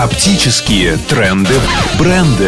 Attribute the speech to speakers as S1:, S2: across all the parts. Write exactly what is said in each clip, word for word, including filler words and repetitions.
S1: Оптические тренды, бренды.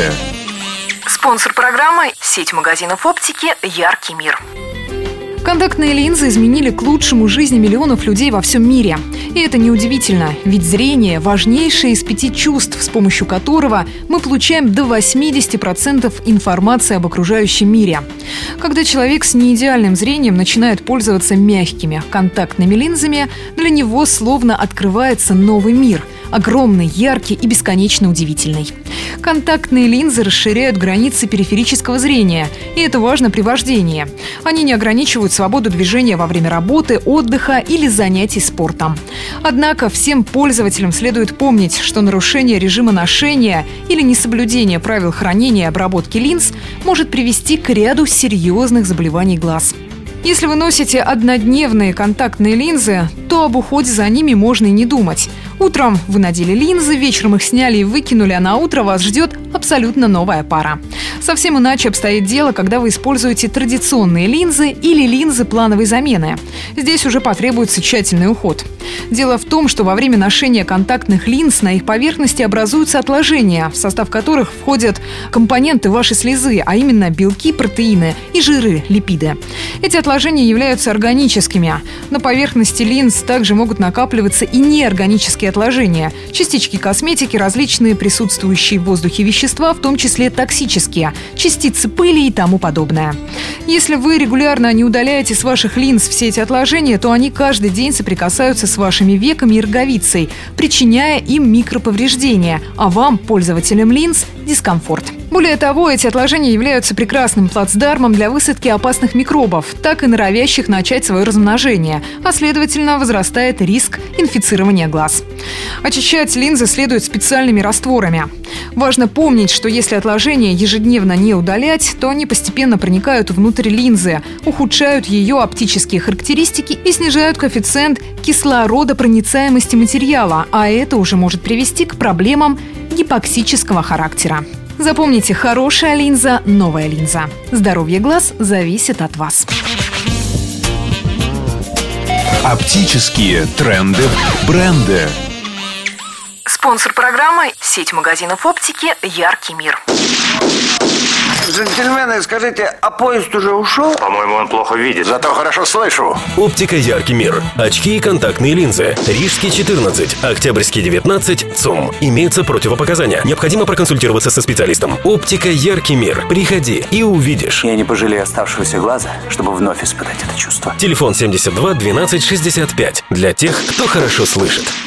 S2: Спонсор программы – сеть магазинов оптики «Яркий мир».
S3: Контактные линзы изменили к лучшему жизни миллионов людей во всем мире. И это неудивительно, ведь зрение – важнейшее из пяти чувств, с помощью которого мы получаем до восемьдесят процентов информации об окружающем мире. Когда человек с неидеальным зрением начинает пользоваться мягкими контактными линзами, для него словно открывается новый мир – огромный, яркий и бесконечно удивительный. Контактные линзы расширяют границы периферического зрения, и это важно при вождении. Они не ограничивают свободу движения во время работы, отдыха или занятий спортом. Однако всем пользователям следует помнить, что нарушение режима ношения или несоблюдение правил хранения и обработки линз может привести к ряду серьезных заболеваний глаз. Если вы носите однодневные контактные линзы, то об уходе за ними можно и не думать. Утром вы надели линзы, вечером их сняли и выкинули, а на утро вас ждет абсолютно новая пара. Совсем иначе обстоит дело, когда вы используете традиционные линзы или линзы плановой замены. Здесь уже потребуется тщательный уход. Дело в том, что во время ношения контактных линз на их поверхности образуются отложения, в состав которых входят компоненты вашей слезы, а именно белки, протеины и жиры, липиды. Эти отложения являются органическими. На поверхности линз также могут накапливаться и неорганические отложения, частички косметики, различные присутствующие в воздухе вещества, в том числе токсические, частицы пыли и тому подобное. Если вы регулярно не удаляете с ваших линз все эти отложения, то они каждый день соприкасаются с вашими веками и роговицей, причиняя им микроповреждения, а вам, пользователям линз, дискомфорт. Более того, эти отложения являются прекрасным плацдармом для высадки опасных микробов, так и норовящих начать свое размножение, а следовательно возрастает риск инфицирования глаз. Очищать линзы следует специальными растворами. Важно помнить, что если отложения ежедневно не удалять, то они постепенно проникают внутрь линзы, ухудшают ее оптические характеристики и снижают коэффициент кислородопроницаемости материала, а это уже может привести к проблемам гипоксического характера. Запомните, хорошая линза – новая линза. Здоровье глаз зависит от вас.
S1: Оптические тренды, бренды.
S2: Спонсор программы – сеть магазинов оптики «Яркий мир».
S4: Джентльмены, скажите, а поезд уже ушел?
S5: По-моему, он плохо видит.
S4: Зато хорошо слышу.
S6: Оптика «Яркий мир». Очки и контактные линзы. Рижский четырнадцать, Октябрьский девятнадцать, ЦУМ. Имеются противопоказания. Необходимо проконсультироваться со специалистом. Оптика «Яркий мир». Приходи и увидишь.
S7: Я не пожалею оставшегося глаза, чтобы вновь испытать это чувство.
S6: Телефон семьдесят два двенадцать шестьдесят пять. Для тех, кто хорошо слышит.